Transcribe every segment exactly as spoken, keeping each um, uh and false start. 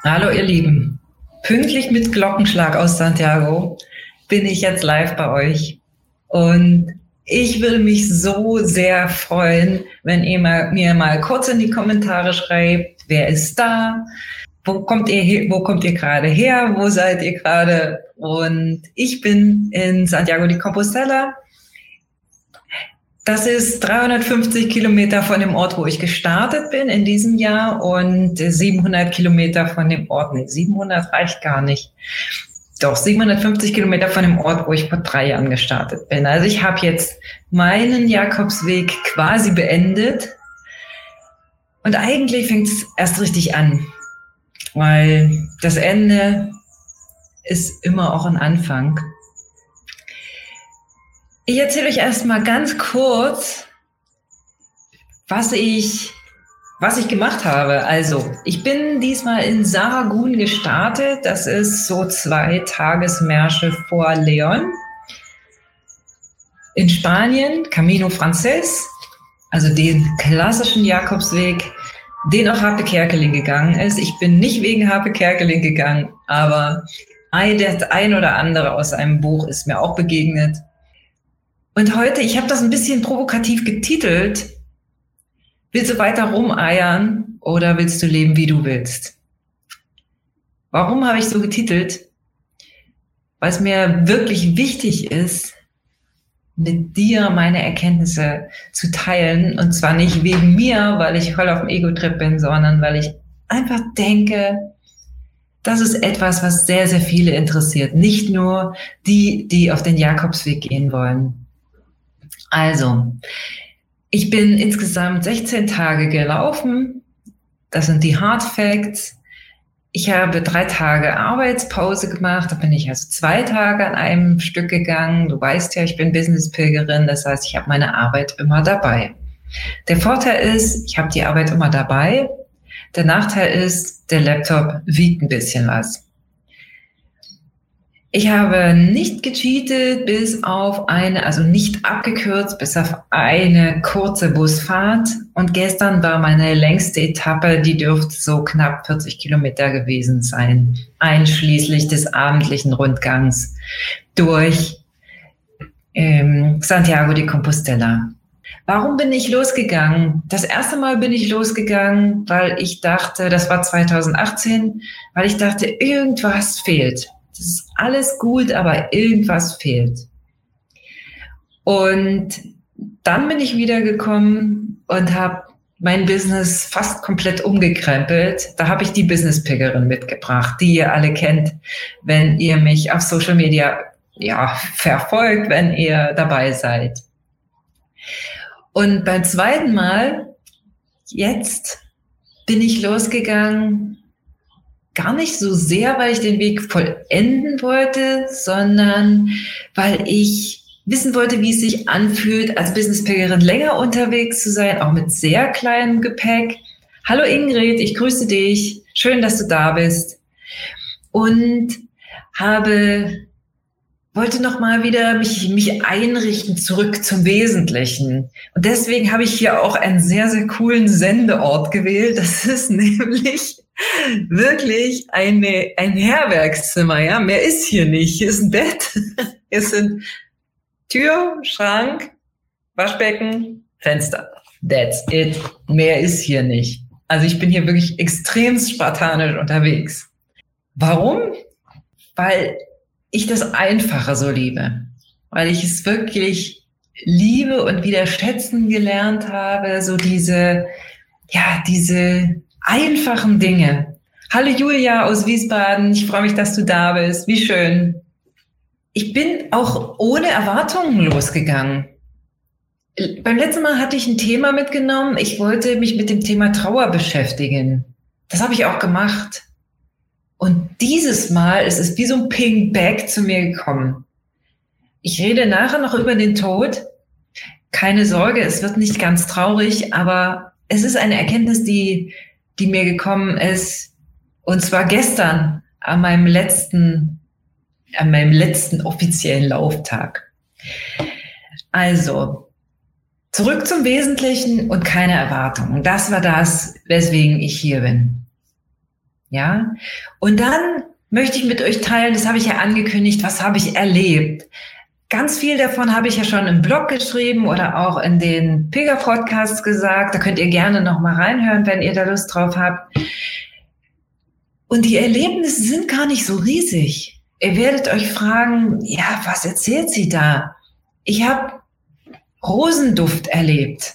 Hallo ihr Lieben, pünktlich mit Glockenschlag aus Santiago bin ich jetzt live bei euch und ich würde mich so sehr freuen, wenn ihr mal, mir mal kurz in die Kommentare schreibt, wer ist da, wo kommt ihr her, wo kommt ihr gerade her, wo seid ihr gerade? Und ich bin in Santiago de Compostela. Das ist dreihundertfünfzig Kilometer von dem Ort, wo ich gestartet bin in diesem Jahr und siebenhundert Kilometer von dem Ort, nee, siebenhundert reicht gar nicht. Doch, siebenhundertfünfzig Kilometer von dem Ort, wo ich vor drei Jahren gestartet bin. Also ich habe jetzt meinen Jakobsweg quasi beendet und eigentlich fängt es erst richtig an, weil das Ende ist immer auch ein Anfang. Ich erzähle euch erstmal ganz kurz, was ich, was ich gemacht habe. Also, ich bin diesmal in Sahagún gestartet. Das ist so zwei Tagesmärsche vor León. In Spanien, Camino Frances, also den klassischen Jakobsweg, den auch Harpe Kerkeling gegangen ist. Ich bin nicht wegen Harpe Kerkeling gegangen, aber das ein oder andere aus einem Buch ist mir auch begegnet. Und heute, ich habe das ein bisschen provokativ getitelt, willst du weiter rumeiern oder willst du leben, wie du willst? Warum habe ich so getitelt? Weil es mir wirklich wichtig ist, mit dir meine Erkenntnisse zu teilen. Und zwar nicht wegen mir, weil ich voll auf dem Ego-Trip bin, sondern weil ich einfach denke, das ist etwas, was sehr, sehr viele interessiert. Nicht nur die, die auf den Jakobsweg gehen wollen. Also, ich bin insgesamt sechzehn Tage gelaufen. Das sind die Hard Facts. Ich habe drei Tage Arbeitspause gemacht. Da bin ich also zwei Tage an einem Stück gegangen. Du weißt ja, ich bin Business-Pilgerin. Das heißt, ich habe meine Arbeit immer dabei. Der Vorteil ist, ich habe die Arbeit immer dabei. Der Nachteil ist, der Laptop wiegt ein bisschen was. Ich habe nicht gecheatet bis auf eine, also nicht abgekürzt, bis auf eine kurze Busfahrt. Und gestern war meine längste Etappe, die dürfte so knapp vierzig Kilometer gewesen sein, einschließlich des abendlichen Rundgangs durch ähm, Santiago de Compostela. Warum bin ich losgegangen? Das erste Mal bin ich losgegangen, weil ich dachte, das war zweitausendachtzehn, weil ich dachte, irgendwas fehlt. Das ist alles gut, aber irgendwas fehlt. Und dann bin ich wiedergekommen und habe mein Business fast komplett umgekrempelt. Da habe ich die Business-Pickerin mitgebracht, die ihr alle kennt, wenn ihr mich auf Social Media ja, verfolgt, wenn ihr dabei seid. Und beim zweiten Mal, jetzt bin ich losgegangen, gar nicht so sehr, weil ich den Weg vollenden wollte, sondern weil ich wissen wollte, wie es sich anfühlt, als Businesspackerin länger unterwegs zu sein, auch mit sehr kleinem Gepäck. Hallo Ingrid, ich grüße dich. Schön, dass du da bist. Und habe, wollte noch mal wieder mich, mich einrichten zurück zum Wesentlichen. Und deswegen habe ich hier auch einen sehr, sehr coolen Sendeort gewählt. Das ist nämlich wirklich eine, ein Herbergszimmer, ja. Mehr ist hier nicht. Hier ist ein Bett. Hier sind Tür, Schrank, Waschbecken, Fenster. That's it. Mehr ist hier nicht. Also ich bin hier wirklich extrem spartanisch unterwegs. Warum? Weil ich das Einfache so liebe. Weil ich es wirklich liebe und wieder schätzen gelernt habe, so diese, ja, diese einfachen Dinge. Hallo Julia aus Wiesbaden, ich freue mich, dass du da bist. Wie schön. Ich bin auch ohne Erwartungen losgegangen. Beim letzten Mal hatte ich ein Thema mitgenommen. Ich wollte mich mit dem Thema Trauer beschäftigen. Das habe ich auch gemacht. Und dieses Mal ist es wie so ein Ping-Back zu mir gekommen. Ich rede nachher noch über den Tod. Keine Sorge, es wird nicht ganz traurig, aber es ist eine Erkenntnis, die die mir gekommen ist, und zwar gestern an meinem letzten, an meinem letzten offiziellen Lauftag. Also, zurück zum Wesentlichen und keine Erwartungen. Das war das, weswegen ich hier bin. Ja, und dann möchte ich mit euch teilen, das habe ich ja angekündigt, was habe ich erlebt? Ganz viel davon habe ich ja schon im Blog geschrieben oder auch in den Pilger-Podcasts gesagt. Da könnt ihr gerne noch mal reinhören, wenn ihr da Lust drauf habt. Und die Erlebnisse sind gar nicht so riesig. Ihr werdet euch fragen, ja, was erzählt sie da? Ich habe Rosenduft erlebt.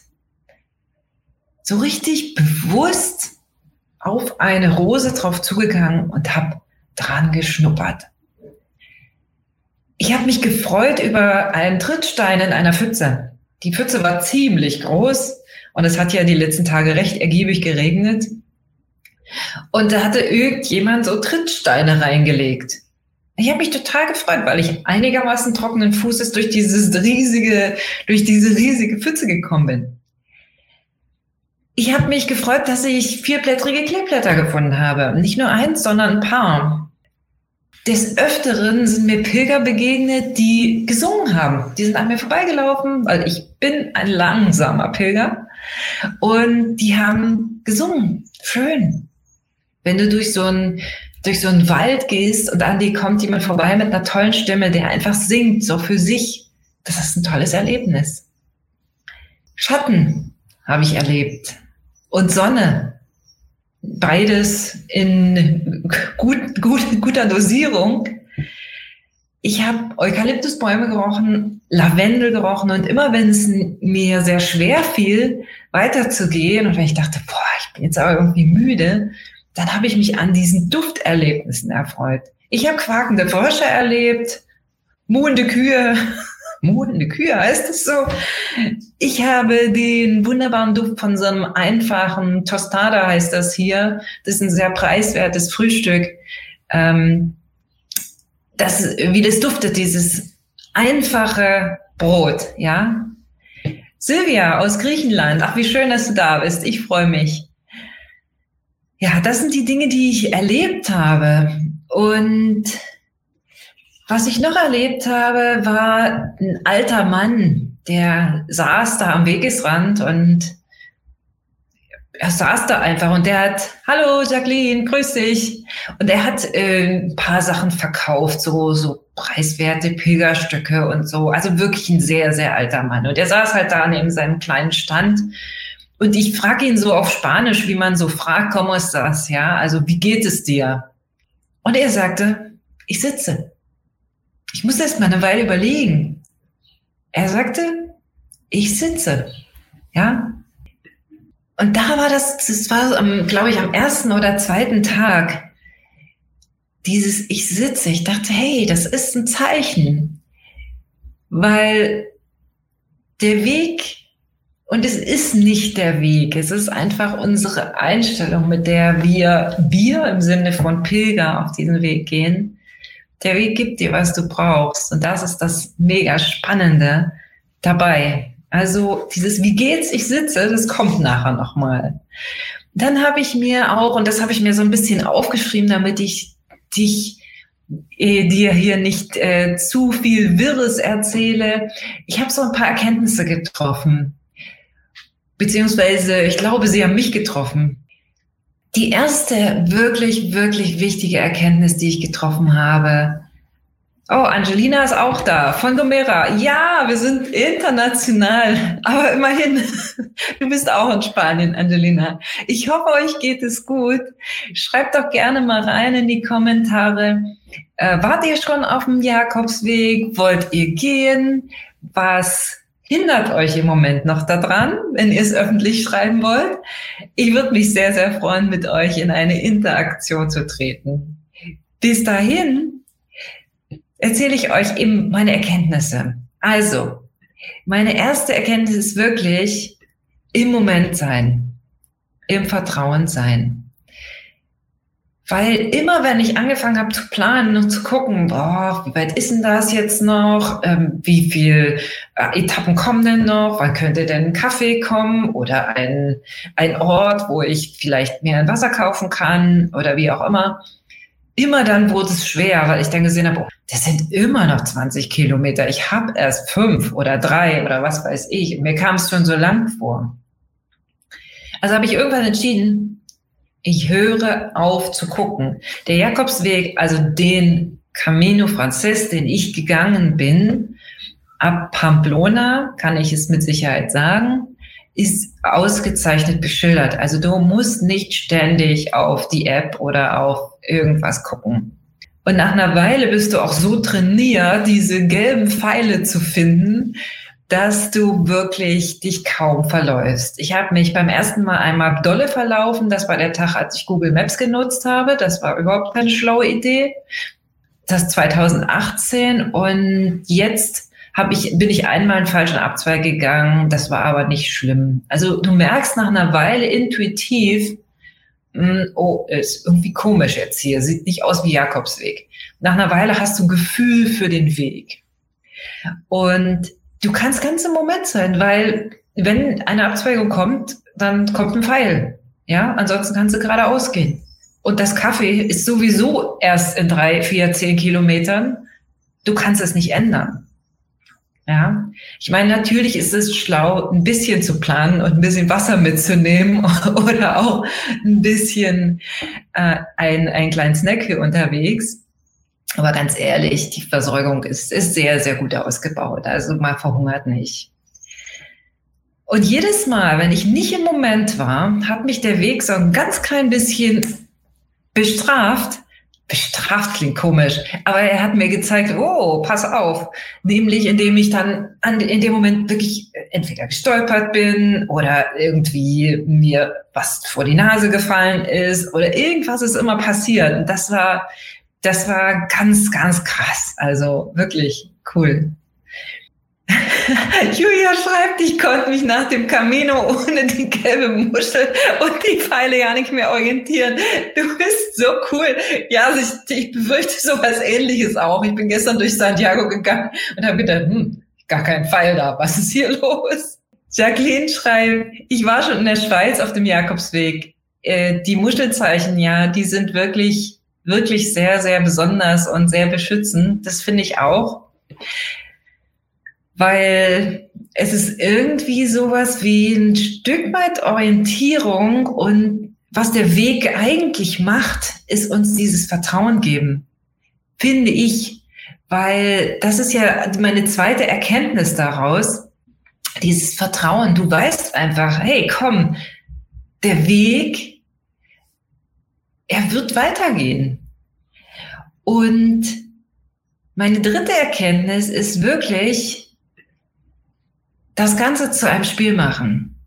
So richtig bewusst auf eine Rose drauf zugegangen und habe dran geschnuppert. Ich habe mich gefreut über einen Trittstein in einer Pfütze. Die Pfütze war ziemlich groß und es hat ja die letzten Tage recht ergiebig geregnet. Und da hatte irgendjemand so Trittsteine reingelegt. Ich habe mich total gefreut, weil ich einigermaßen trockenen Fußes durch dieses riesige, durch diese riesige Pfütze gekommen bin. Ich habe mich gefreut, dass ich vierblättrige Kleeblätter gefunden habe. Nicht nur eins, sondern ein paar. Des Öfteren sind mir Pilger begegnet, die gesungen haben. Die sind an mir vorbeigelaufen, weil ich bin ein langsamer Pilger. Und die haben gesungen. Schön. Wenn du durch so einen, durch so einen Wald gehst und an dir kommt jemand vorbei mit einer tollen Stimme, der einfach singt, so für sich. Das ist ein tolles Erlebnis. Schatten habe ich erlebt. Und Sonne. Beides in gut, gut, guter Dosierung. Ich habe Eukalyptusbäume gerochen, Lavendel gerochen und immer wenn es mir sehr schwer fiel, weiterzugehen und wenn ich dachte, boah, ich bin jetzt aber irgendwie müde, dann habe ich mich an diesen Dufterlebnissen erfreut. Ich habe quakende Frösche erlebt, muhende Kühe. Muhende Kühe heißt es so. Ich habe den wunderbaren Duft von so einem einfachen Tostada, heißt das hier. Das ist ein sehr preiswertes Frühstück. Ähm, das, wie das duftet, dieses einfache Brot, ja. Silvia aus Griechenland, ach, wie schön, dass du da bist. Ich freue mich. Ja, das sind die Dinge, die ich erlebt habe. Und was ich noch erlebt habe, war ein alter Mann, der saß da am Wegesrand und er saß da einfach und der hat, hallo Jacqueline, grüß dich. Und er hat äh, ein paar Sachen verkauft, so, so preiswerte Pilgerstücke und so. Also wirklich ein sehr, sehr alter Mann. Und er saß halt da neben seinem kleinen Stand. Und ich frage ihn so auf Spanisch, wie man so fragt, ¿cómo estás? Ja, also wie geht es dir? Und er sagte, ich sitze. Ich muss erst mal eine Weile überlegen. Er sagte, ich sitze. Ja. Und da war das, das war, glaube ich, am ersten oder zweiten Tag, dieses Ich sitze. Ich dachte, hey, das ist ein Zeichen. Weil der Weg, und es ist nicht der Weg, es ist einfach unsere Einstellung, mit der wir, wir im Sinne von Pilger auf diesen Weg gehen. Der Weg gibt dir, was du brauchst. Und das ist das mega Spannende dabei. Also dieses Wie geht's, ich sitze, das kommt nachher nochmal. Dann habe ich mir auch, und das habe ich mir so ein bisschen aufgeschrieben, damit ich dich, eh, dir hier nicht äh, zu viel Wirres erzähle. Ich habe so ein paar Erkenntnisse getroffen. Beziehungsweise, ich glaube, sie haben mich getroffen. Die erste wirklich, wirklich wichtige Erkenntnis, die ich getroffen habe. Oh, Angelina ist auch da, von Gomera. Ja, wir sind international, aber immerhin, du bist auch in Spanien, Angelina. Ich hoffe, euch geht es gut. Schreibt doch gerne mal rein in die Kommentare. Äh, wart ihr schon auf dem Jakobsweg? Wollt ihr gehen? Was hindert euch im Moment noch daran, wenn ihr es öffentlich schreiben wollt? Ich würde mich sehr, sehr freuen, mit euch in eine Interaktion zu treten. Bis dahin erzähle ich euch eben meine Erkenntnisse. Also, meine erste Erkenntnis ist wirklich im Moment sein, im Vertrauen sein. Weil immer, wenn ich angefangen habe zu planen und zu gucken, boah, wie weit ist denn das jetzt noch? Ähm, wie viel äh, Etappen kommen denn noch? Wann könnte denn ein Kaffee kommen? Oder ein, ein Ort, wo ich vielleicht mir ein Wasser kaufen kann? Oder wie auch immer. Immer dann wurde es schwer, weil ich dann gesehen habe, oh, das sind immer noch zwanzig Kilometer. Ich habe erst fünf oder drei oder was weiß ich. Und mir kam es schon so lang vor. Also habe ich irgendwann entschieden, Ich höre auf zu gucken. Der Jakobsweg, also den Camino Frances, den ich gegangen bin, ab Pamplona, kann ich es mit Sicherheit sagen, ist ausgezeichnet beschildert. Also du musst nicht ständig auf die App oder auf irgendwas gucken. Und nach einer Weile bist du auch so trainiert, diese gelben Pfeile zu finden, dass du wirklich dich kaum verläufst. Ich habe mich beim ersten Mal einmal dolle verlaufen. Das war der Tag, als ich Google Maps genutzt habe. Das war überhaupt keine schlaue Idee. Das zweitausendachtzehn. Und jetzt hab ich, bin ich einmal einen falschen Abzweig gegangen. Das war aber nicht schlimm. Also du merkst nach einer Weile intuitiv, mh, oh, ist irgendwie komisch jetzt hier. Sieht nicht aus wie Jakobsweg. Nach einer Weile hast du ein Gefühl für den Weg. Und du kannst ganz im Moment sein, weil wenn eine Abzweigung kommt, dann kommt ein Pfeil. Ja, ansonsten kannst du geradeaus gehen. Und das Café ist sowieso erst in drei, vier, zehn Kilometern. Du kannst es nicht ändern. Ja, ich meine, natürlich ist es schlau, ein bisschen zu planen und ein bisschen Wasser mitzunehmen oder auch ein bisschen äh, ein, einen kleinen Snack hier unterwegs. Aber ganz ehrlich, die Versorgung ist, ist sehr, sehr gut ausgebaut. Also man verhungert nicht. Und jedes Mal, wenn ich nicht im Moment war, hat mich der Weg so ein ganz klein bisschen bestraft. Bestraft klingt komisch, aber er hat mir gezeigt, oh, pass auf. Nämlich, indem ich dann an, in dem Moment wirklich entweder gestolpert bin oder irgendwie mir was vor die Nase gefallen ist oder irgendwas ist immer passiert. Und das war... Das war ganz, ganz krass. Also wirklich cool. Julia schreibt, ich konnte mich nach dem Camino ohne die gelbe Muschel und die Pfeile ja nicht mehr orientieren. Du bist so cool. Ja, also ich, ich befürchte sowas Ähnliches auch. Ich bin gestern durch Santiago gegangen und habe gedacht, hm, gar kein Pfeil da. Was ist hier los? Jacqueline schreibt, ich war schon in der Schweiz auf dem Jakobsweg. Äh, die Muschelzeichen, ja, die sind wirklich wirklich sehr, sehr besonders und sehr beschützend. Das finde ich auch, weil es ist irgendwie sowas wie ein Stück weit Orientierung und was der Weg eigentlich macht, ist uns dieses Vertrauen geben, finde ich, weil das ist ja meine zweite Erkenntnis daraus, dieses Vertrauen. Du weißt einfach, hey, komm, der Weg, er wird weitergehen. Und meine dritte Erkenntnis ist wirklich, das Ganze zu einem Spiel machen.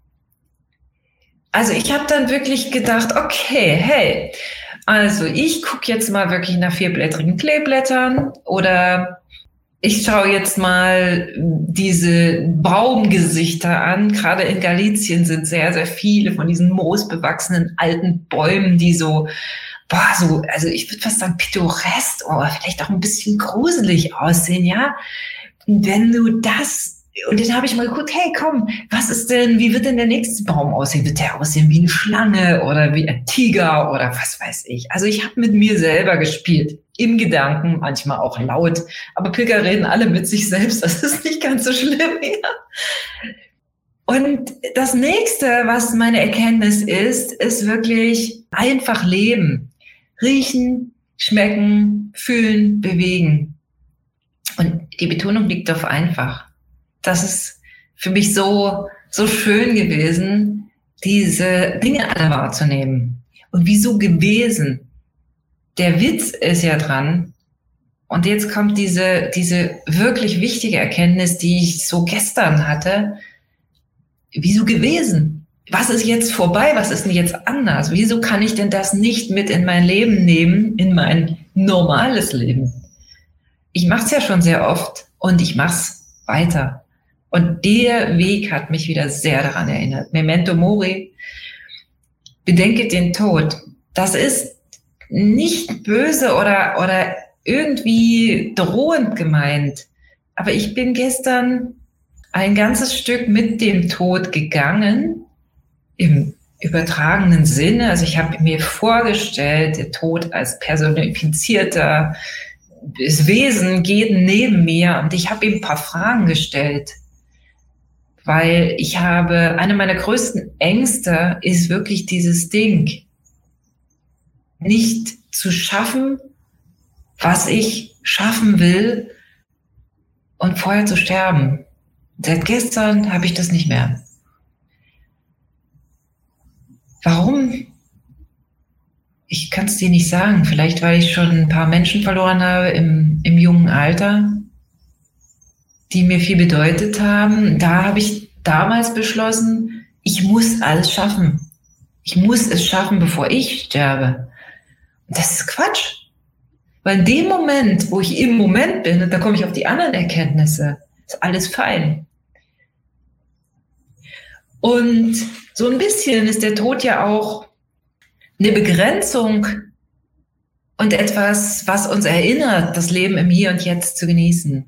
Also ich habe dann wirklich gedacht, okay, hey, also ich gucke jetzt mal wirklich nach vierblättrigen Kleeblättern oder ich schaue jetzt mal diese Baumgesichter an. Gerade in Galicien sind sehr, sehr viele von diesen moosbewachsenen alten Bäumen, die so, boah, so, also ich würde fast sagen pittoresk oder vielleicht auch ein bisschen gruselig aussehen, ja. Und wenn du das, und dann habe ich mal geguckt, hey, komm, was ist denn, wie wird denn der nächste Baum aussehen? Wird der aussehen wie eine Schlange oder wie ein Tiger oder was weiß ich? Also ich habe mit mir selber gespielt. Im Gedanken, manchmal auch laut, aber Pilger reden alle mit sich selbst, das ist nicht ganz so schlimm. Ja. Und das nächste, was meine Erkenntnis ist, ist wirklich einfach leben. Riechen, schmecken, fühlen, bewegen. Und die Betonung liegt auf einfach. Das ist für mich so, so schön gewesen, diese Dinge alle wahrzunehmen. Und wieso gewesen? Der Witz ist ja dran, und jetzt kommt diese, diese wirklich wichtige Erkenntnis, die ich so gestern hatte. Wieso gewesen? Was ist jetzt vorbei? Was ist denn jetzt anders? Wieso kann ich denn das nicht mit in mein Leben nehmen, in mein normales Leben? Ich mache es ja schon sehr oft und ich mache es weiter. Und der Weg hat mich wieder sehr daran erinnert. Memento Mori, bedenke den Tod. Das ist nicht böse oder, oder irgendwie drohend gemeint. Aber ich bin gestern ein ganzes Stück mit dem Tod gegangen, im übertragenen Sinne. Also ich habe mir vorgestellt, der Tod als personifizierter Wesen geht neben mir und ich habe ihm ein paar Fragen gestellt. Weil ich habe, eine meiner größten Ängste ist wirklich dieses Ding. nicht zu schaffen, was ich schaffen will und vorher zu sterben. Seit gestern habe ich das nicht mehr. Warum? Ich kann es dir nicht sagen. Vielleicht, weil ich schon ein paar Menschen verloren habe im, im jungen Alter, die mir viel bedeutet haben. Da habe ich damals beschlossen, ich muss alles schaffen. Ich muss es schaffen, bevor ich sterbe. Und das ist Quatsch. Weil in dem Moment, wo ich im Moment bin, und da komme ich auf die anderen Erkenntnisse, ist alles fein. Und so ein bisschen ist der Tod ja auch eine Begrenzung und etwas, was uns erinnert, das Leben im Hier und Jetzt zu genießen.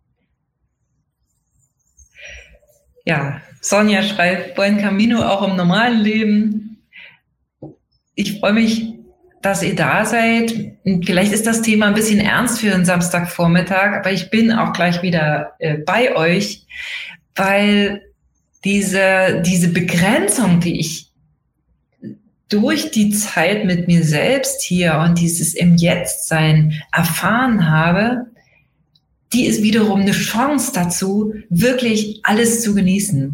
Ja, Sonja schreibt, Buen Camino auch im normalen Leben. Ich freue mich, dass ihr da seid. Und vielleicht ist das Thema ein bisschen ernst für einen Samstagvormittag, aber ich bin auch gleich wieder äh, bei euch, weil diese, diese Begrenzung, die ich durch die Zeit mit mir selbst hier und dieses im Jetzt-Sein erfahren habe, die ist wiederum eine Chance dazu, wirklich alles zu genießen.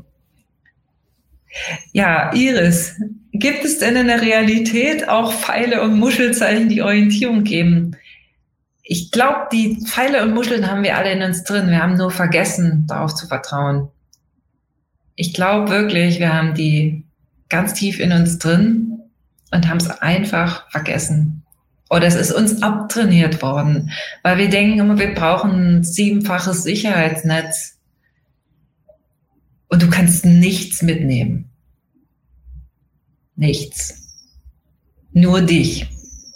Ja, Iris, gibt es denn in der Realität auch Pfeile und Muschelzeichen, die Orientierung geben? Ich glaube, die Pfeile und Muscheln haben wir alle in uns drin. Wir haben nur vergessen, darauf zu vertrauen. Ich glaube wirklich, wir haben die ganz tief in uns drin und haben es einfach vergessen. Oder es ist uns abtrainiert worden, weil wir denken immer, wir brauchen ein siebenfaches Sicherheitsnetz. Und du kannst nichts mitnehmen. Nichts. Nur dich.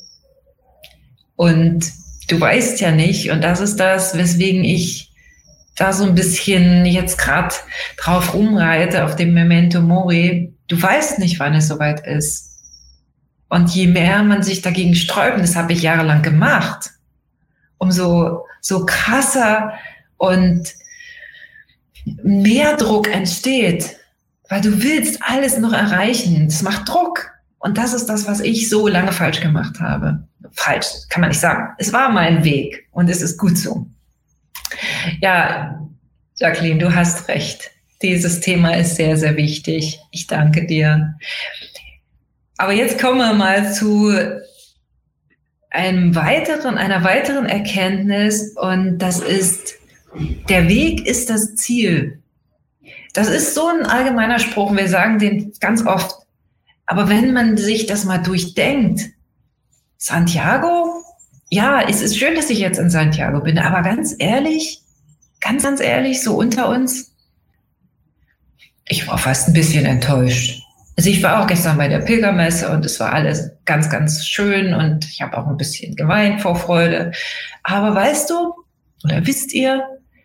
Und du weißt ja nicht, und das ist das, weswegen ich da so ein bisschen jetzt gerade drauf rumreite, auf dem Memento Mori. Du weißt nicht, wann es soweit ist. Und je mehr man sich dagegen sträubt, und das habe ich jahrelang gemacht, umso so krasser und mehr Druck entsteht, weil du willst alles noch erreichen. Das macht Druck. Und das ist das, was ich so lange falsch gemacht habe. Falsch, kann man nicht sagen. Es war mein Weg und es ist gut so. Ja, Jacqueline, du hast recht. Dieses Thema ist sehr, sehr wichtig. Ich danke dir. Aber jetzt kommen wir mal zu einem weiteren, einer weiteren Erkenntnis, und das ist, der Weg ist das Ziel. Das ist so ein allgemeiner Spruch, wir sagen den ganz oft. Aber wenn man sich das mal durchdenkt, Santiago, ja, es ist schön, dass ich jetzt in Santiago bin, aber ganz ehrlich, ganz, ganz ehrlich, so unter uns, ich war fast ein bisschen enttäuscht. Also ich war auch gestern bei der Pilgermesse und es war alles ganz, ganz schön und ich habe auch ein bisschen geweint vor Freude. Aber weißt du, oder wisst ihr,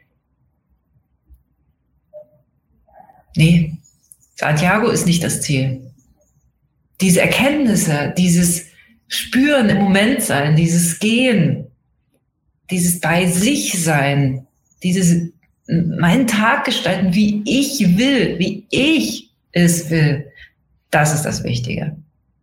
nee, Santiago ist nicht das Ziel. Diese Erkenntnisse, dieses Spüren im Moment sein, dieses Gehen, dieses bei sich sein, dieses meinen Tag gestalten, wie ich will, wie ich es will, das ist das Wichtige.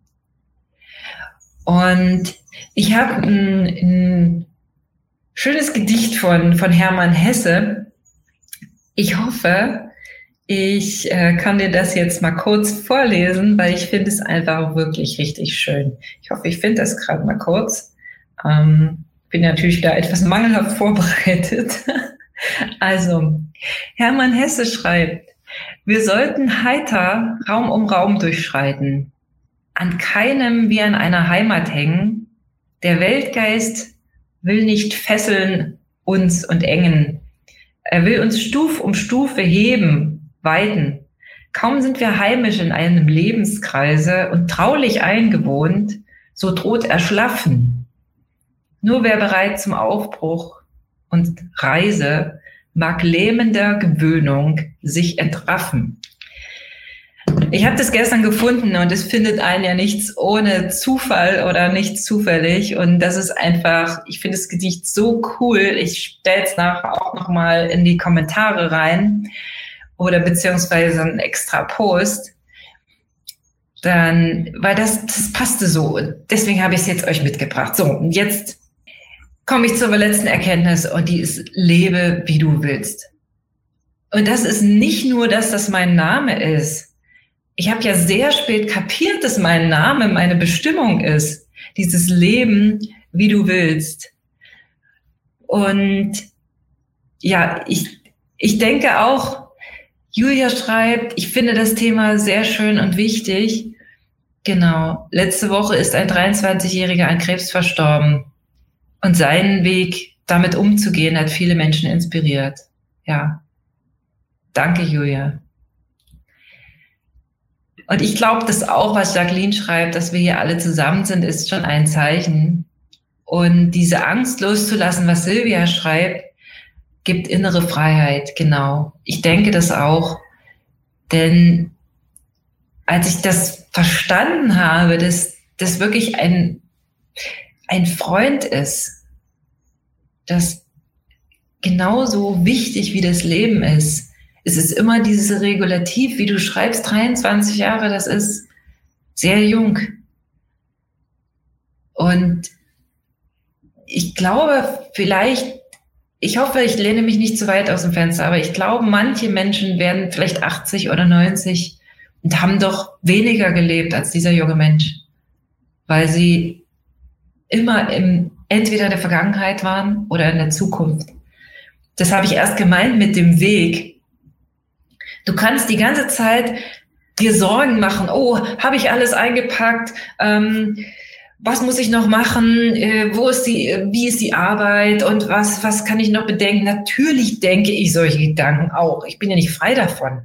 Und ich habe ein, ein schönes Gedicht von, von Hermann Hesse. Ich hoffe, ich äh, kann dir das jetzt mal kurz vorlesen, weil ich finde es einfach wirklich richtig schön. Ich hoffe, ich finde das gerade mal kurz. Ähm, bin natürlich da etwas mangelhaft vorbereitet. Also, Hermann Hesse schreibt, wir sollten heiter Raum um Raum durchschreiten, an keinem wie an einer Heimat hängen. Der Weltgeist will nicht fesseln uns und engen. Er will uns Stuf um Stufe heben, weiten. Kaum sind wir heimisch in einem Lebenskreise und traulich eingewohnt, so droht Erschlaffen. Nur wer bereit zum Aufbruch und Reise mag lähmender Gewöhnung sich entraffen. Ich habe das gestern gefunden und es findet einen ja nichts ohne Zufall oder nichts zufällig. Und das ist einfach, ich finde das Gedicht so cool. Ich stelle es nachher auch nochmal in die Kommentare rein oder beziehungsweise einen extra Post. Dann, weil das, das passte so. Deswegen habe ich es jetzt euch mitgebracht. So, und jetzt komme ich zur letzten Erkenntnis und die ist, lebe, wie du willst. Und das ist nicht nur, dass das mein Name ist. Ich habe ja sehr spät kapiert, dass mein Name meine Bestimmung ist. Dieses Leben, wie du willst. Und ja, ich, ich denke auch, Julia schreibt, ich finde das Thema sehr schön und wichtig. Genau. Letzte Woche ist ein dreiundzwanzigjähriger an Krebs verstorben. Und seinen Weg, damit umzugehen, hat viele Menschen inspiriert. Ja. Danke, Julia. Und ich glaube, das auch, was Jacqueline schreibt, dass wir hier alle zusammen sind, ist schon ein Zeichen. Und diese Angst loszulassen, was Silvia schreibt, gibt innere Freiheit, genau. Ich denke das auch. Denn als ich das verstanden habe, dass das wirklich ein, ein Freund ist, das genauso wichtig wie das Leben ist, es ist immer dieses Regulativ, wie du schreibst, dreiundzwanzig Jahre, das ist sehr jung. Und ich glaube, vielleicht, ich hoffe, ich lehne mich nicht zu weit aus dem Fenster, aber ich glaube, manche Menschen werden vielleicht achtzig oder neunzig und haben doch weniger gelebt als dieser junge Mensch, weil sie immer im, entweder in der Vergangenheit waren oder in der Zukunft. Das habe ich erst gemeint mit dem Weg. Du kannst die ganze Zeit dir Sorgen machen. Oh, habe ich alles eingepackt? Ähm, was muss ich noch machen? Äh, wo ist die, wie ist die Arbeit? Und was, was kann ich noch bedenken? Natürlich denke ich solche Gedanken auch. Ich bin ja nicht frei davon.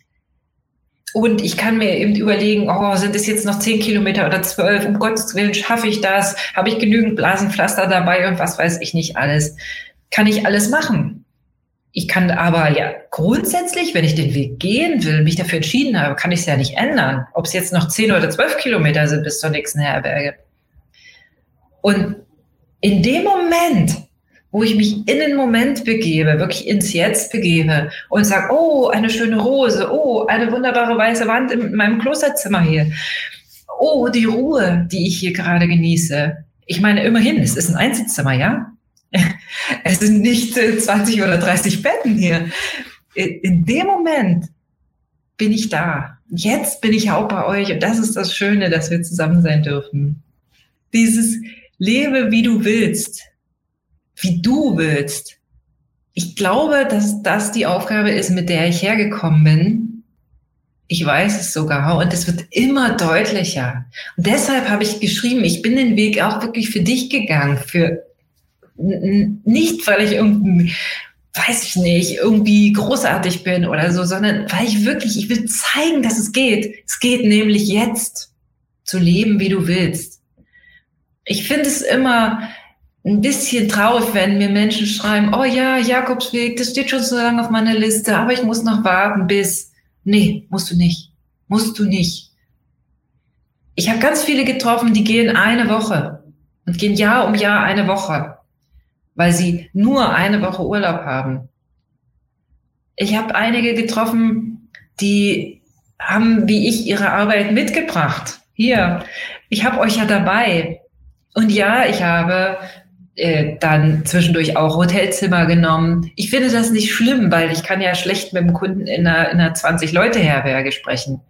Und ich kann mir eben überlegen, oh, sind es jetzt noch zehn Kilometer oder zwölf? Um Gottes Willen, schaffe ich das? Habe ich genügend Blasenpflaster dabei und was weiß ich nicht alles? Kann ich alles machen? Ich kann aber ja grundsätzlich, wenn ich den Weg gehen will, mich dafür entschieden habe, kann ich es ja nicht ändern. Ob es jetzt noch zehn oder zwölf Kilometer sind bis zur nächsten Herberge. Und in dem Moment, wo ich mich in den Moment begebe, wirklich ins Jetzt begebe und sage, oh, eine schöne Rose, oh, eine wunderbare weiße Wand in meinem Klosterzimmer hier, oh, die Ruhe, die ich hier gerade genieße. Ich meine, immerhin, es ist ein Einzelzimmer, ja? Es sind nicht zwanzig oder dreißig Betten hier. In dem Moment bin ich da. Jetzt bin ich auch bei euch und das ist das Schöne, dass wir zusammen sein dürfen. Dieses Lebe, wie du willst, wie du willst. Ich glaube, dass das die Aufgabe ist, mit der ich hergekommen bin. Ich weiß es sogar und es wird immer deutlicher. Und deshalb habe ich geschrieben, ich bin den Weg auch wirklich für dich gegangen, für nicht, weil ich irgendwie, weiß ich nicht, irgendwie großartig bin oder so, sondern weil ich wirklich, ich will zeigen, dass es geht. Es geht nämlich jetzt zu leben, wie du willst. Ich finde es immer ein bisschen traurig, wenn mir Menschen schreiben, oh ja, Jakobsweg, das steht schon so lange auf meiner Liste, aber ich muss noch warten bis, nee, musst du nicht, musst du nicht. Ich habe ganz viele getroffen, die gehen eine Woche und gehen Jahr um Jahr eine Woche, weil sie nur eine Woche Urlaub haben. Ich habe einige getroffen, die haben, wie ich, ihre Arbeit mitgebracht. Hier, ich habe euch ja dabei. Und ja, ich habe äh, dann zwischendurch auch Hotelzimmer genommen. Ich finde das nicht schlimm, weil ich kann ja schlecht mit dem Kunden in einer, in einer zwanzig-Leute-Herberge sprechen.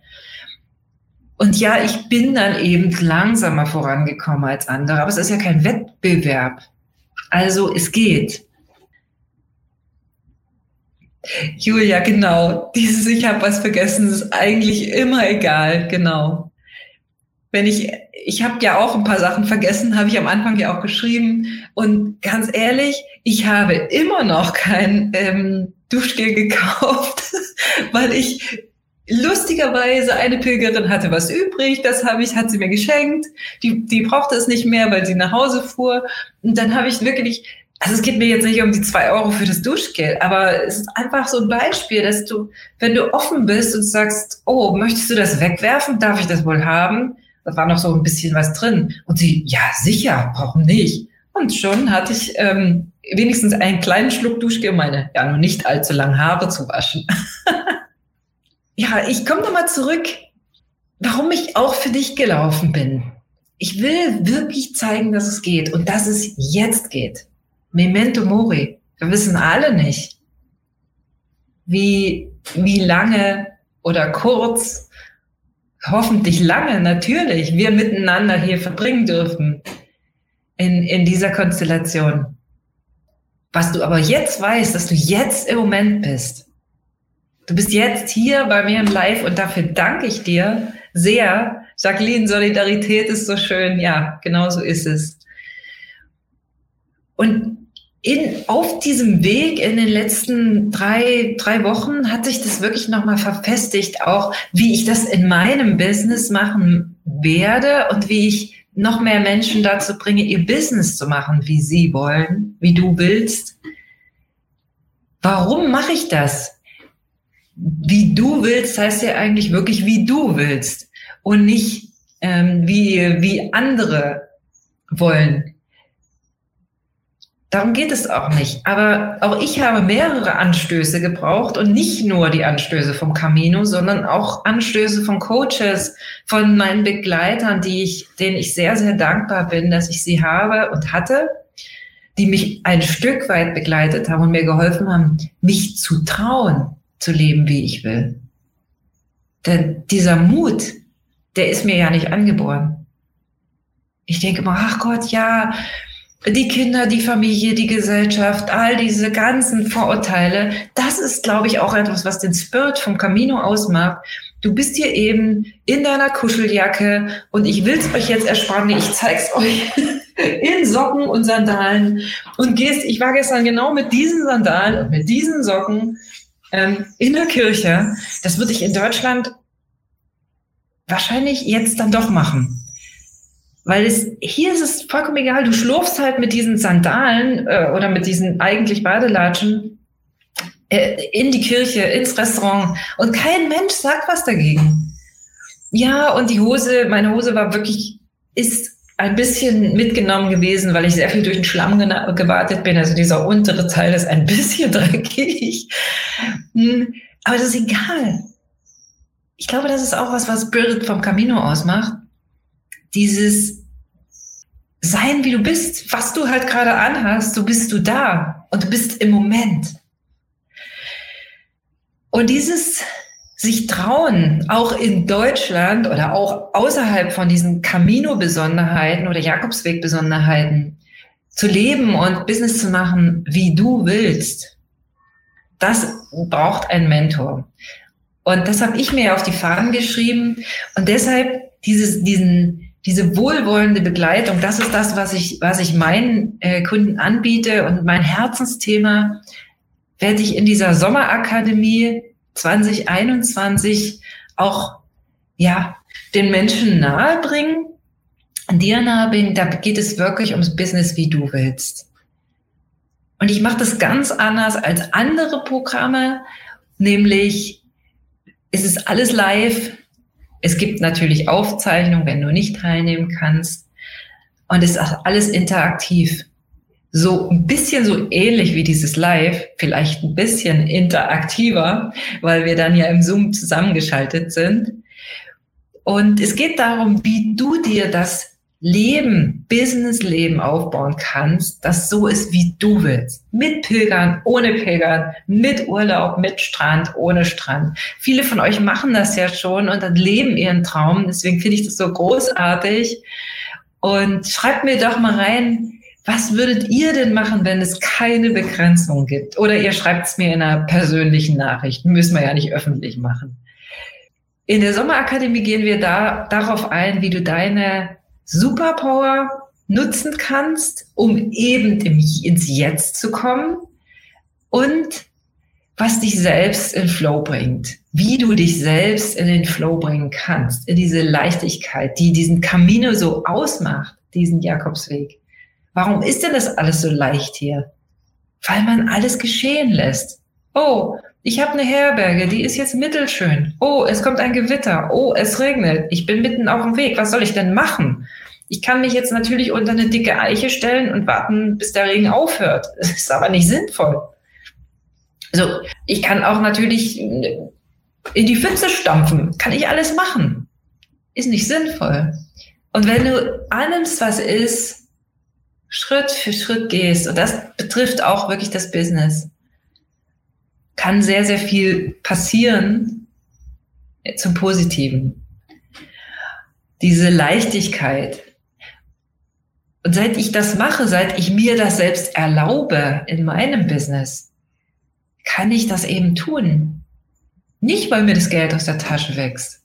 Und ja, ich bin dann eben langsamer vorangekommen als andere, aber es ist ja kein Wettbewerb. Also es geht. Julia, genau. Dieses Ich habe was vergessen ist eigentlich immer egal, genau. Wenn ich, ich habe ja auch ein paar Sachen vergessen, habe ich am Anfang ja auch geschrieben. Und ganz ehrlich, ich habe immer noch kein ähm, Duschgel gekauft, weil ich lustigerweise eine Pilgerin hatte was übrig. Das habe ich, hat sie mir geschenkt. Die, die brauchte es nicht mehr, weil sie nach Hause fuhr. Und dann habe ich wirklich, also es geht mir jetzt nicht um die zwei Euro für das Duschgel, aber es ist einfach so ein Beispiel, dass du, wenn du offen bist und sagst, oh, möchtest du das wegwerfen? Darf ich das wohl haben? Da war noch so ein bisschen was drin. Und sie, ja, sicher, warum nicht? Und schon hatte ich ähm, wenigstens einen kleinen Schluck Duschgel, um meine ja noch nicht allzu langen Haare zu waschen. Ja, ich komme nochmal zurück. warum ich auch für dich gelaufen bin. Ich will wirklich zeigen, dass es geht und dass es jetzt geht. Memento mori. Wir wissen alle nicht, wie, wie lange oder kurz, hoffentlich lange, natürlich, wir miteinander hier verbringen dürfen in, in dieser Konstellation. Was du aber jetzt weißt, dass du jetzt im Moment bist. Du bist jetzt hier bei mir im Live und dafür danke ich dir sehr. Jacqueline, Solidarität ist so schön. Ja, genau so ist es. Und in, auf diesem Weg in den letzten drei, drei Wochen hat sich das wirklich nochmal verfestigt, auch wie ich das in meinem Business machen werde und wie ich noch mehr Menschen dazu bringe, ihr Business zu machen, wie sie wollen, wie du willst. Warum mache ich das? Wie du willst, heißt ja eigentlich wirklich, wie du willst und nicht ähm, wie, wie andere wollen. Darum geht es auch nicht. Aber auch ich habe mehrere Anstöße gebraucht und nicht nur die Anstöße vom Camino, sondern auch Anstöße von Coaches, von meinen Begleitern, die ich, denen ich sehr, sehr dankbar bin, dass ich sie habe und hatte, die mich ein Stück weit begleitet haben und mir geholfen haben, mich zu trauen, zu leben, wie ich will. Denn dieser Mut, der ist mir ja nicht angeboren. Ich denke immer, ach Gott, ja, die Kinder, die Familie, die Gesellschaft, all diese ganzen Vorurteile, das ist, glaube ich, auch etwas, was den Spirit vom Camino ausmacht. Du bist hier eben in deiner Kuscheljacke und ich will es euch jetzt ersparen, ich zeig's euch in Socken und Sandalen und gehst, ich war gestern genau mit diesen Sandalen und mit diesen Socken ähm, in der Kirche. Das würde ich in Deutschland wahrscheinlich jetzt dann doch machen. Weil es, hier ist es vollkommen egal, du schlurfst halt mit diesen Sandalen äh, oder mit diesen eigentlich Badelatschen äh, in die Kirche, ins Restaurant und kein Mensch sagt was dagegen. Ja, und die Hose, meine Hose war wirklich, ist ein bisschen mitgenommen gewesen, weil ich sehr viel durch den Schlamm gena- gewartet bin. Also dieser untere Teil ist ein bisschen dreckig. Hm, aber das ist egal. Ich glaube, das ist auch was, was Spirit vom Camino ausmacht. Dieses Sein, wie du bist, was du halt gerade anhast, so bist du da und du bist im Moment. Und dieses sich trauen, auch in Deutschland oder auch außerhalb von diesen Camino-Besonderheiten oder Jakobsweg-Besonderheiten zu leben und Business zu machen, wie du willst, das braucht ein Mentor. Und das habe ich mir auf die Fahnen geschrieben und deshalb dieses, diesen Diese wohlwollende Begleitung, das ist das, was ich, was ich meinen äh, Kunden anbiete und mein Herzensthema werde ich in dieser Sommerakademie zwanzig einundzwanzig auch, ja, den Menschen nahebringen, dir nahebringen. Da geht es wirklich ums Business, wie du willst. Und ich mache das ganz anders als andere Programme, nämlich es ist alles live. Es gibt natürlich Aufzeichnungen, wenn du nicht teilnehmen kannst. Und es ist auch alles interaktiv. So ein bisschen so ähnlich wie dieses Live, vielleicht ein bisschen interaktiver, weil wir dann ja im Zoom zusammengeschaltet sind. Und es geht darum, wie du dir das Leben, Businessleben aufbauen kannst, das so ist, wie du willst. Mit Pilgern, ohne Pilgern, mit Urlaub, mit Strand, ohne Strand. Viele von euch machen das ja schon und dann leben ihren Traum. Deswegen finde ich das so großartig. Und schreibt mir doch mal rein, was würdet ihr denn machen, wenn es keine Begrenzung gibt? Oder ihr schreibt es mir in einer persönlichen Nachricht. Müssen wir ja nicht öffentlich machen. In der Sommerakademie gehen wir da darauf ein, wie du deine Superpower nutzen kannst, um eben im, ins Jetzt zu kommen und was dich selbst in Flow bringt, wie du dich selbst in den Flow bringen kannst, in diese Leichtigkeit, die diesen Camino so ausmacht, diesen Jakobsweg. Warum ist denn das alles so leicht hier? Weil man alles geschehen lässt. Oh, ich habe eine Herberge, die ist jetzt mittelschön. Oh, es kommt ein Gewitter. Oh, es regnet. Ich bin mitten auf dem Weg. Was soll ich denn machen? Ich kann mich jetzt natürlich unter eine dicke Eiche stellen und warten, bis der Regen aufhört. Das ist aber nicht sinnvoll. Also, ich kann auch natürlich in die Pfütze stampfen. Kann ich alles machen. ist nicht sinnvoll. Und wenn du annimmst, was ist, Schritt für Schritt gehst, und das betrifft auch wirklich das Business, kann sehr, sehr viel passieren zum Positiven. Diese Leichtigkeit. Und seit ich das mache, seit ich mir das selbst erlaube in meinem Business, kann ich das eben tun. Nicht, weil mir das Geld aus der Tasche wächst.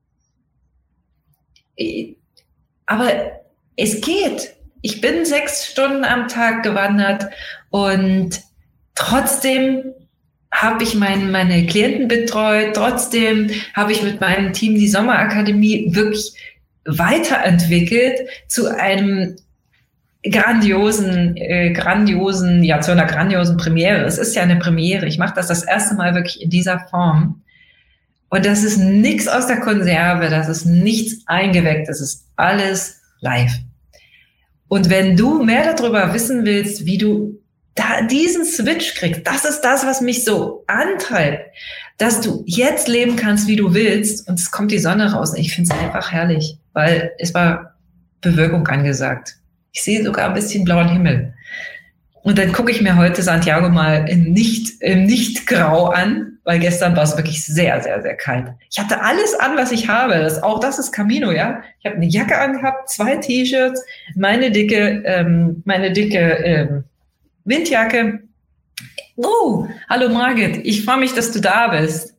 Aber es geht. Ich bin sechs Stunden am Tag gewandert und trotzdem habe ich mein, meine Klienten betreut, trotzdem habe ich mit meinem Team die Sommerakademie wirklich weiterentwickelt zu einem grandiosen, äh, grandiosen, ja, zu einer grandiosen Premiere. Es ist ja eine Premiere. Ich mache das das erste Mal wirklich in dieser Form. Und das ist nichts aus der Konserve, das ist nichts eingeweckt, das ist alles live. Und wenn du mehr darüber wissen willst, wie du da diesen Switch kriegst, das ist das, was mich so antreibt, dass du jetzt leben kannst, wie du willst, und es kommt die Sonne raus. Und ich finde es einfach herrlich, weil es war Bewölkung angesagt. Ich sehe sogar ein bisschen blauen Himmel. Und dann gucke ich mir heute Santiago mal in nicht, im Nicht-Grau an, weil gestern war es wirklich sehr, sehr, sehr kalt. Ich hatte alles an, was ich habe. Das, auch das ist Camino, ja. Ich habe eine Jacke angehabt, zwei T-Shirts, meine dicke, ähm, meine dicke ähm, Windjacke. Oh, hallo Margit, ich freue mich, dass du da bist.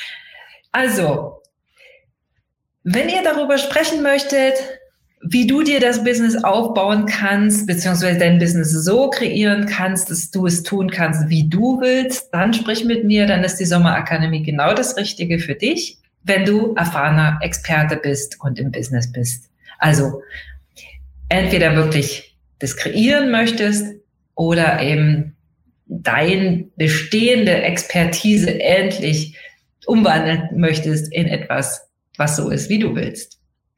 Also, wenn ihr darüber sprechen möchtet, wie du dir das Business aufbauen kannst, beziehungsweise dein Business so kreieren kannst, dass du es tun kannst, wie du willst, dann sprich mit mir, dann ist die Sommerakademie genau das Richtige für dich, wenn du erfahrener Experte bist und im Business bist. Also entweder wirklich das kreieren möchtest oder eben deine bestehende Expertise endlich umwandeln möchtest in etwas, was so ist, wie du willst.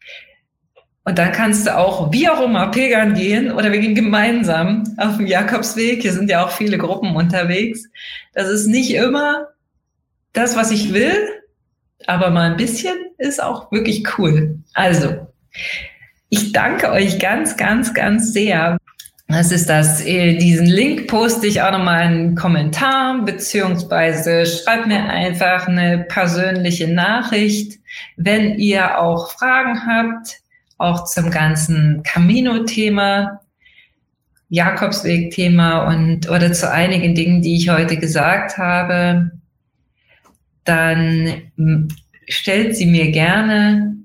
Und dann kannst du auch, wie auch immer, pilgern gehen oder wir gehen gemeinsam auf dem Jakobsweg. Hier sind ja auch viele Gruppen unterwegs. Das ist nicht immer das, was ich will, aber mal ein bisschen ist auch wirklich cool. Also, ich danke euch ganz, ganz, ganz sehr. Das ist das, diesen Link poste ich auch nochmal in einen Kommentar, beziehungsweise schreibt mir einfach eine persönliche Nachricht, wenn ihr auch Fragen habt, auch zum ganzen Camino-Thema, Jakobsweg-Thema und oder zu einigen Dingen, die ich heute gesagt habe, dann stellt sie mir gerne.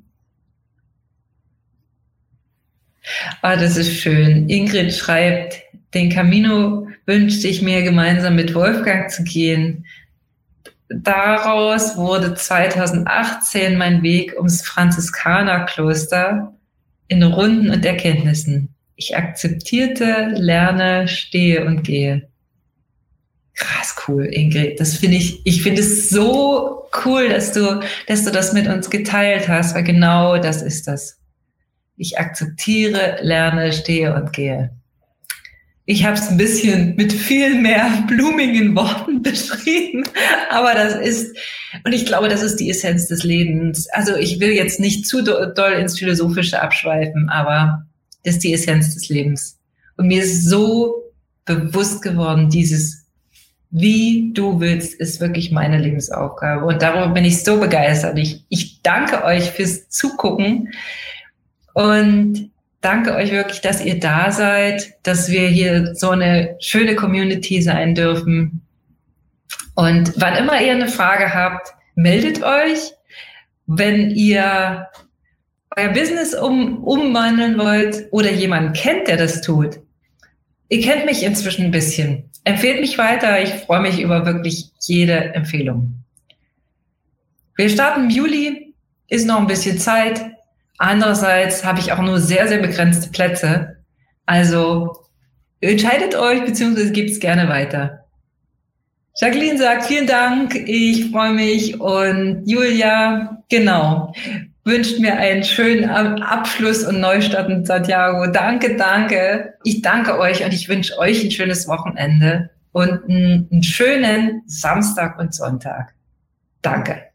Ah, das ist schön. Ingrid schreibt, den Camino wünschte ich mir gemeinsam mit Wolfgang zu gehen. Daraus wurde zweitausendachtzehn mein Weg ums Franziskanerkloster in Runden und Erkenntnissen. Ich akzeptierte, lerne, stehe und gehe. Krass cool, Ingrid. Das finde ich, ich finde es so cool, dass du, dass du das mit uns geteilt hast, weil genau das ist das. Ich akzeptiere, lerne, stehe und gehe. Ich habe es ein bisschen mit viel mehr blumigen Worten beschrieben, aber das ist, und ich glaube, das ist die Essenz des Lebens. Also ich will jetzt nicht zu doll ins Philosophische abschweifen, aber das ist die Essenz des Lebens. Und mir ist so bewusst geworden, dieses wie du willst, ist wirklich meine Lebensaufgabe. Und darüber bin ich so begeistert. Ich, ich danke euch fürs Zugucken und danke euch wirklich, dass ihr da seid, dass wir hier so eine schöne Community sein dürfen. Und wann immer ihr eine Frage habt, meldet euch. Wenn ihr euer Business um, umwandeln wollt oder jemanden kennt, der das tut. Ihr kennt mich inzwischen ein bisschen. Empfehlt mich weiter. Ich freue mich über wirklich jede Empfehlung. Wir starten im Juli. Ist noch ein bisschen Zeit. Andererseits habe ich auch nur sehr, sehr begrenzte Plätze. Also entscheidet euch, beziehungsweise gebt es gerne weiter. Jacqueline sagt, vielen Dank, ich freue mich. Und Julia, genau, wünscht mir einen schönen Abschluss und Neustart in Santiago. Danke, danke. Ich danke euch und ich wünsche euch ein schönes Wochenende und einen, einen schönen Samstag und Sonntag. Danke.